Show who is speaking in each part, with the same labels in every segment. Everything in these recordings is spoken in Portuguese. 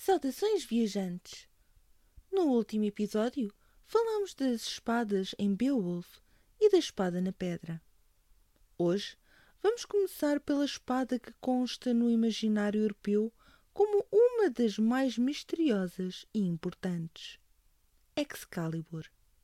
Speaker 1: Saudações, viajantes! No último episódio, falámos das espadas em Beowulf e da espada na pedra. Hoje, vamos começar pela espada que consta no imaginário europeu como uma das mais misteriosas e importantes: Excalibur.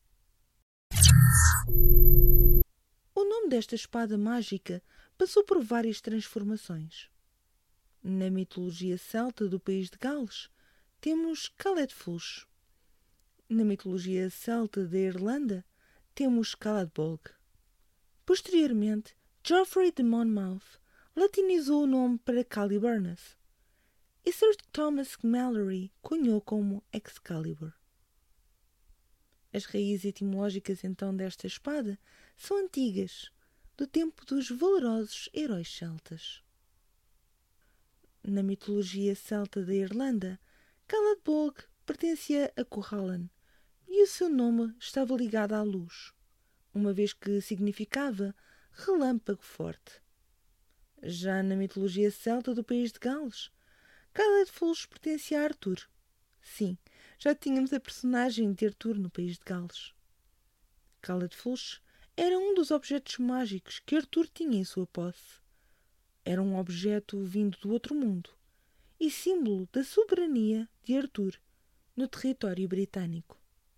Speaker 1: O nome desta espada mágica passou por várias transformações. Na mitologia celta do país de Gales, temos Caledfus. Na mitologia celta da Irlanda, temos Caladbolg. Posteriormente, Geoffrey de Monmouth latinizou o nome para Caliburnus e Sir Thomas Malory cunhou como Excalibur. As raízes etimológicas então desta espada são antigas, do tempo dos valorosos heróis celtas. Na mitologia celta da Irlanda, Caladbolg pertencia a Cuchulainn e o seu nome estava ligado à luz, uma vez que significava relâmpago forte. Já na mitologia celta do país de Gales, Caledfus pertencia a Arthur. Sim, já tínhamos a personagem de Arthur no país de Gales. Caledfus era um dos objetos mágicos que Arthur tinha em sua posse. Era um objeto vindo do outro mundo e símbolo da soberania de Arthur no território britânico.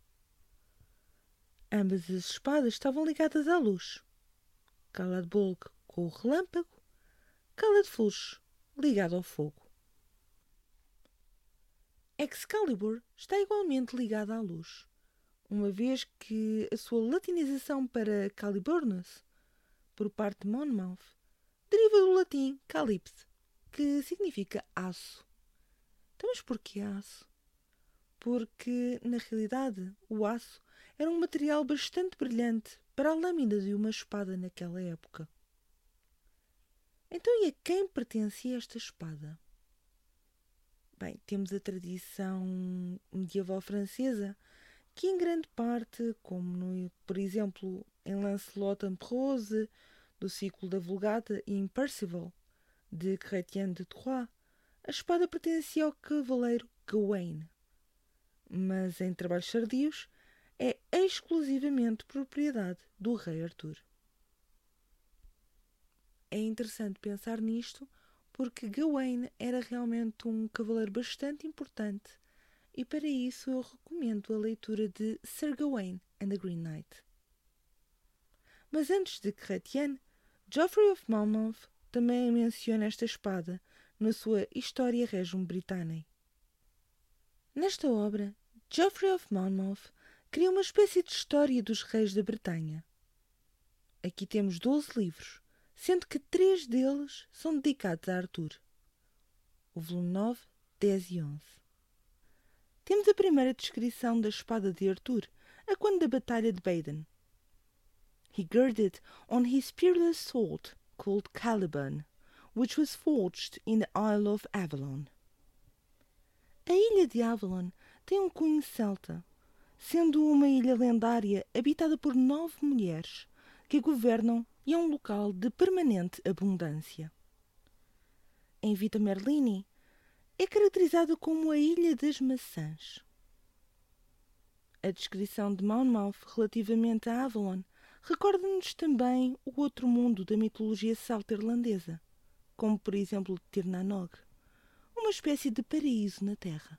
Speaker 1: Ambas as espadas estavam ligadas à luz. Caladbolg com o relâmpago, Caladfus ligado ao fogo. Excalibur está igualmente ligada à luz, uma vez que a sua latinização para Caliburnus, por parte de Monmouth, deriva do latim calypse, que significa aço. Então, mas porquê aço? Porque, na realidade, o aço era um material bastante brilhante para a lâmina de uma espada naquela época. Então, e a quem pertencia esta espada? Bem, temos a tradição medieval francesa, que em grande parte, como por exemplo em Lancelot en Prose, do ciclo da Vulgata, e em Percival, de Chrétien de Troyes, a espada pertencia ao cavaleiro Gawain. Mas em trabalhos tardios é exclusivamente propriedade do rei Arthur. É interessante pensar nisto porque Gawain era realmente um cavaleiro bastante importante e para isso eu recomendo a leitura de Sir Gawain and the Green Knight. Mas antes de Chrétien, Geoffrey of Monmouth também menciona esta espada na sua Historia Regum Britanniae. Nesta obra, Geoffrey of Monmouth cria uma espécie de história dos reis da Bretanha. Aqui temos 12 livros, sendo que 3 deles são dedicados a Arthur. O volume 9, 10 e 11. Temos a primeira descrição da espada de Arthur, a quando da Batalha de Badon. He girded on his peerless sword, called Caliban, which was forged in the Isle of Avalon. A ilha de Avalon tem um cunho celta, sendo uma ilha lendária habitada por 9 mulheres que a governam e é um local de permanente abundância. Em Vita Merlini, é caracterizada como a Ilha das Maçãs. A descrição de Monmouth relativamente a Avalon recorda-nos também o outro mundo da mitologia celta irlandesa, como por exemplo Tirnanog, uma espécie de paraíso na Terra.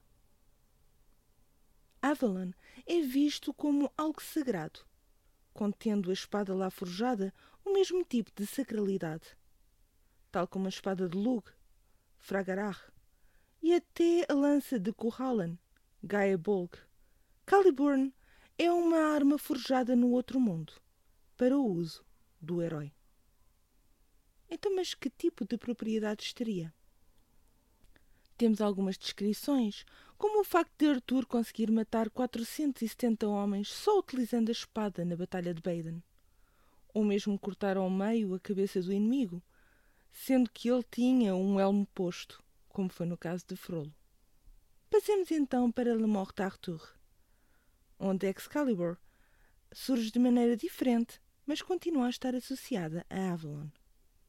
Speaker 1: Avalon é visto como algo sagrado, contendo a espada lá forjada o mesmo tipo de sacralidade, tal como a espada de Lugh, Fragarach, e até a lança de Cuchulainn, Gaebolg. Caliburn é uma arma forjada no outro mundo, para o uso do herói. Então, mas que tipo de propriedades teria? Temos algumas descrições, como o facto de Arthur conseguir matar 470 homens só utilizando a espada na Batalha de Badon, ou mesmo cortar ao meio a cabeça do inimigo, sendo que ele tinha um elmo posto, como foi no caso de Frollo. Passemos então para Le Morte d'Arthur, onde Excalibur surge de maneira diferente, mas continua a estar associada a Avalon.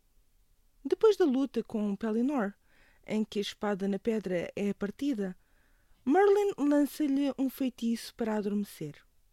Speaker 1: Depois da luta com Pellinor, em que a espada na pedra é partida, Merlin lança-lhe um feitiço para adormecer.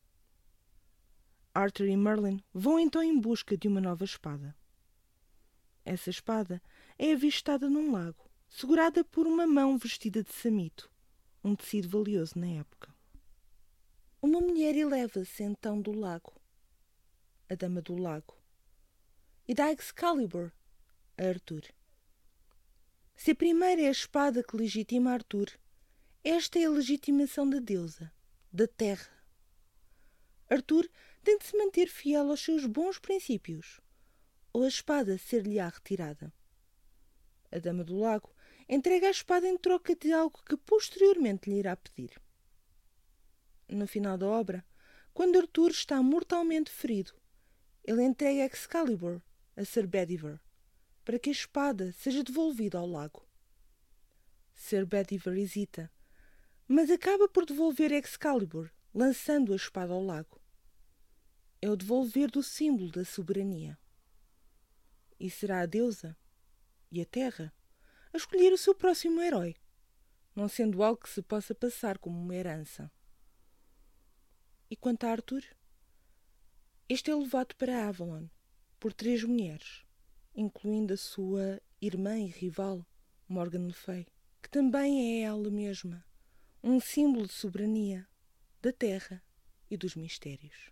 Speaker 1: Arthur e Merlin vão então em busca de uma nova espada. Essa espada é avistada num lago, segurada por uma mão vestida de samito, um tecido valioso na época. Uma mulher eleva-se então do lago, a Dama do Lago, e dá Excalibur a Arthur. Se a primeira é a espada que legitima Arthur, esta é a legitimação da deusa, da terra. Arthur tem de se manter fiel aos seus bons princípios, ou a espada ser-lhe-á retirada. A Dama do Lago entrega a espada em troca de algo que posteriormente lhe irá pedir. No final da obra, quando Arthur está mortalmente ferido, ele entrega Excalibur a Sir Bedivere, para que a espada seja devolvida ao lago. Sir Bedivere hesita, mas acaba por devolver Excalibur, lançando a espada ao lago. É o devolver do símbolo da soberania. E será a deusa e a terra a escolher o seu próximo herói, não sendo algo que se possa passar como uma herança. E quanto a Arthur? Este é levado para Avalon por 3 mulheres, incluindo a sua irmã e rival, Morgan Le Fay, que também é ela mesma, um símbolo de soberania, da terra e dos mistérios.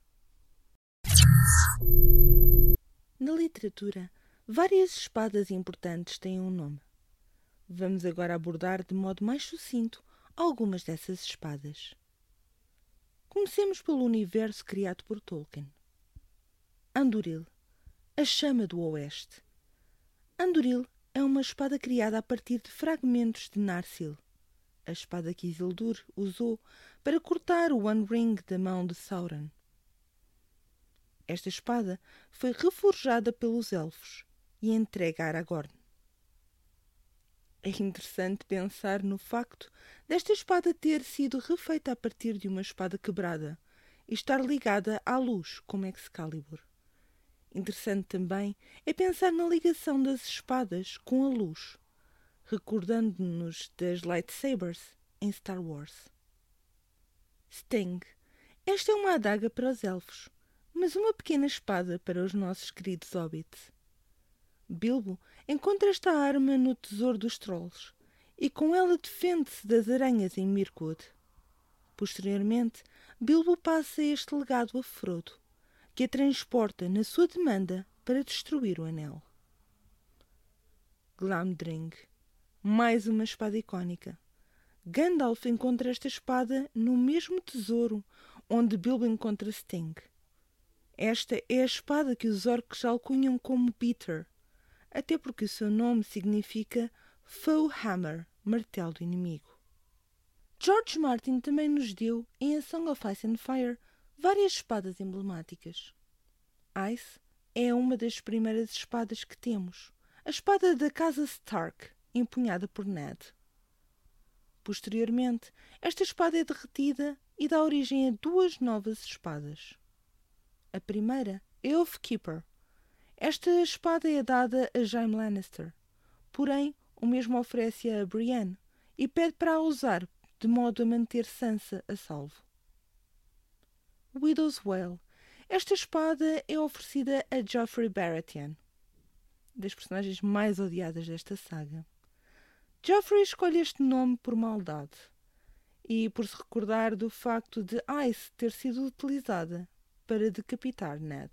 Speaker 1: Na literatura, várias espadas importantes têm um nome. Vamos agora abordar de modo mais sucinto algumas dessas espadas. Comecemos pelo universo criado por Tolkien. Andúril, a chama do oeste. Andúril é uma espada criada a partir de fragmentos de Narsil, a espada que Isildur usou para cortar o One Ring da mão de Sauron. Esta espada foi reforjada pelos elfos e entregue a Aragorn. É interessante pensar no facto desta espada ter sido refeita a partir de uma espada quebrada e estar ligada à luz como Excalibur. Interessante também é pensar na ligação das espadas com a luz, recordando-nos das lightsabers em Star Wars. Sting. Esta é uma adaga para os elfos, mas uma pequena espada para os nossos queridos hobbits. Bilbo encontra esta arma no tesouro dos trolls e com ela defende-se das aranhas em Mirkwood. Posteriormente, Bilbo passa este legado a Frodo, que a transporta na sua demanda para destruir o anel. Glamdring. Mais uma espada icónica. Gandalf encontra esta espada no mesmo tesouro onde Bilbo encontra Sting. Esta é a espada que os orcs alcunham como Bitter, até porque o seu nome significa Foe Hammer, martelo do inimigo. George Martin também nos deu, em A Song of Ice and Fire, várias espadas emblemáticas. Ice é uma das primeiras espadas que temos, a espada da casa Stark, empunhada por Ned. Posteriormente, esta espada é derretida e dá origem a 2 novas espadas. A primeira é Oathkeeper. Esta espada é dada a Jaime Lannister, porém o mesmo oferece-a a Brienne e pede para a usar de modo a manter Sansa a salvo. Widow's Wail. Esta espada é oferecida a Joffrey Baratheon, das personagens mais odiadas desta saga. Joffrey escolhe este nome por maldade e por se recordar do facto de Ice ter sido utilizada para decapitar Ned.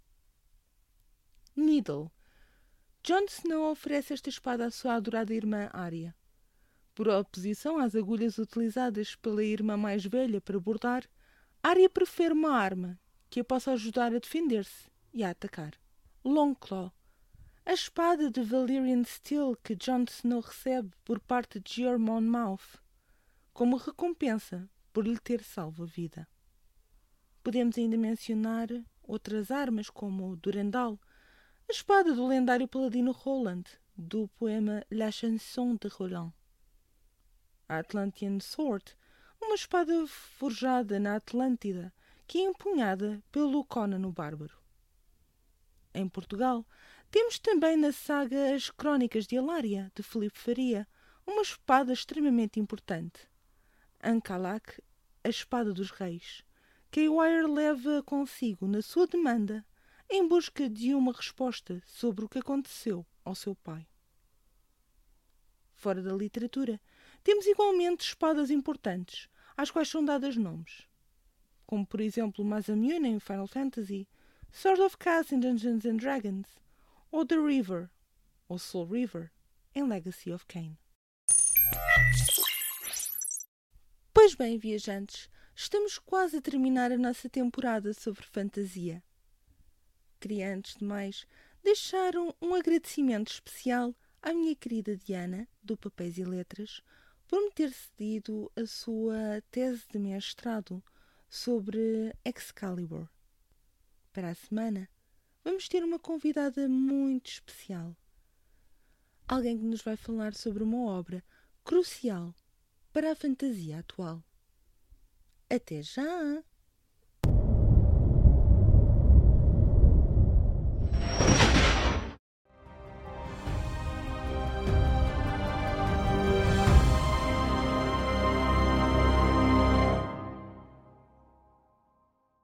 Speaker 1: Needle. Jon Snow oferece esta espada à sua adorada irmã Arya. Por oposição às agulhas utilizadas pela irmã mais velha para bordar, Arya prefere uma arma que a possa ajudar a defender-se e a atacar. Longclaw. A espada de Valyrian Steel que Jon Snow recebe por parte de Jeor Monmouth, como recompensa por lhe ter salvo a vida. Podemos ainda mencionar outras armas como Durendal, a espada do lendário paladino Roland, do poema La Chanson de Roland. A Atlantean Sword, uma espada forjada na Atlântida, que é empunhada pelo Conan o Bárbaro. Em Portugal, temos também na saga As Crónicas de Alária, de Filipe Faria, uma espada extremamente importante, Ankh-Kalak, a espada dos reis, que Eowyn leva consigo na sua demanda em busca de uma resposta sobre o que aconteceu ao seu pai. Fora da literatura, temos igualmente espadas importantes, às quais são dados nomes, como por exemplo Masamune em Final Fantasy, Sword of Kaz em Dungeons and Dragons, ou The River, ou Soul River, em Legacy of Kain. Pois bem, viajantes, estamos quase a terminar a nossa temporada sobre fantasia. Queria, antes de mais, deixar um agradecimento especial à minha querida Diana, do Papéis e Letras, por me ter cedido a sua tese de mestrado sobre Excalibur. Para a semana, vamos ter uma convidada muito especial. Alguém que nos vai falar sobre uma obra crucial para a fantasia atual. Até já!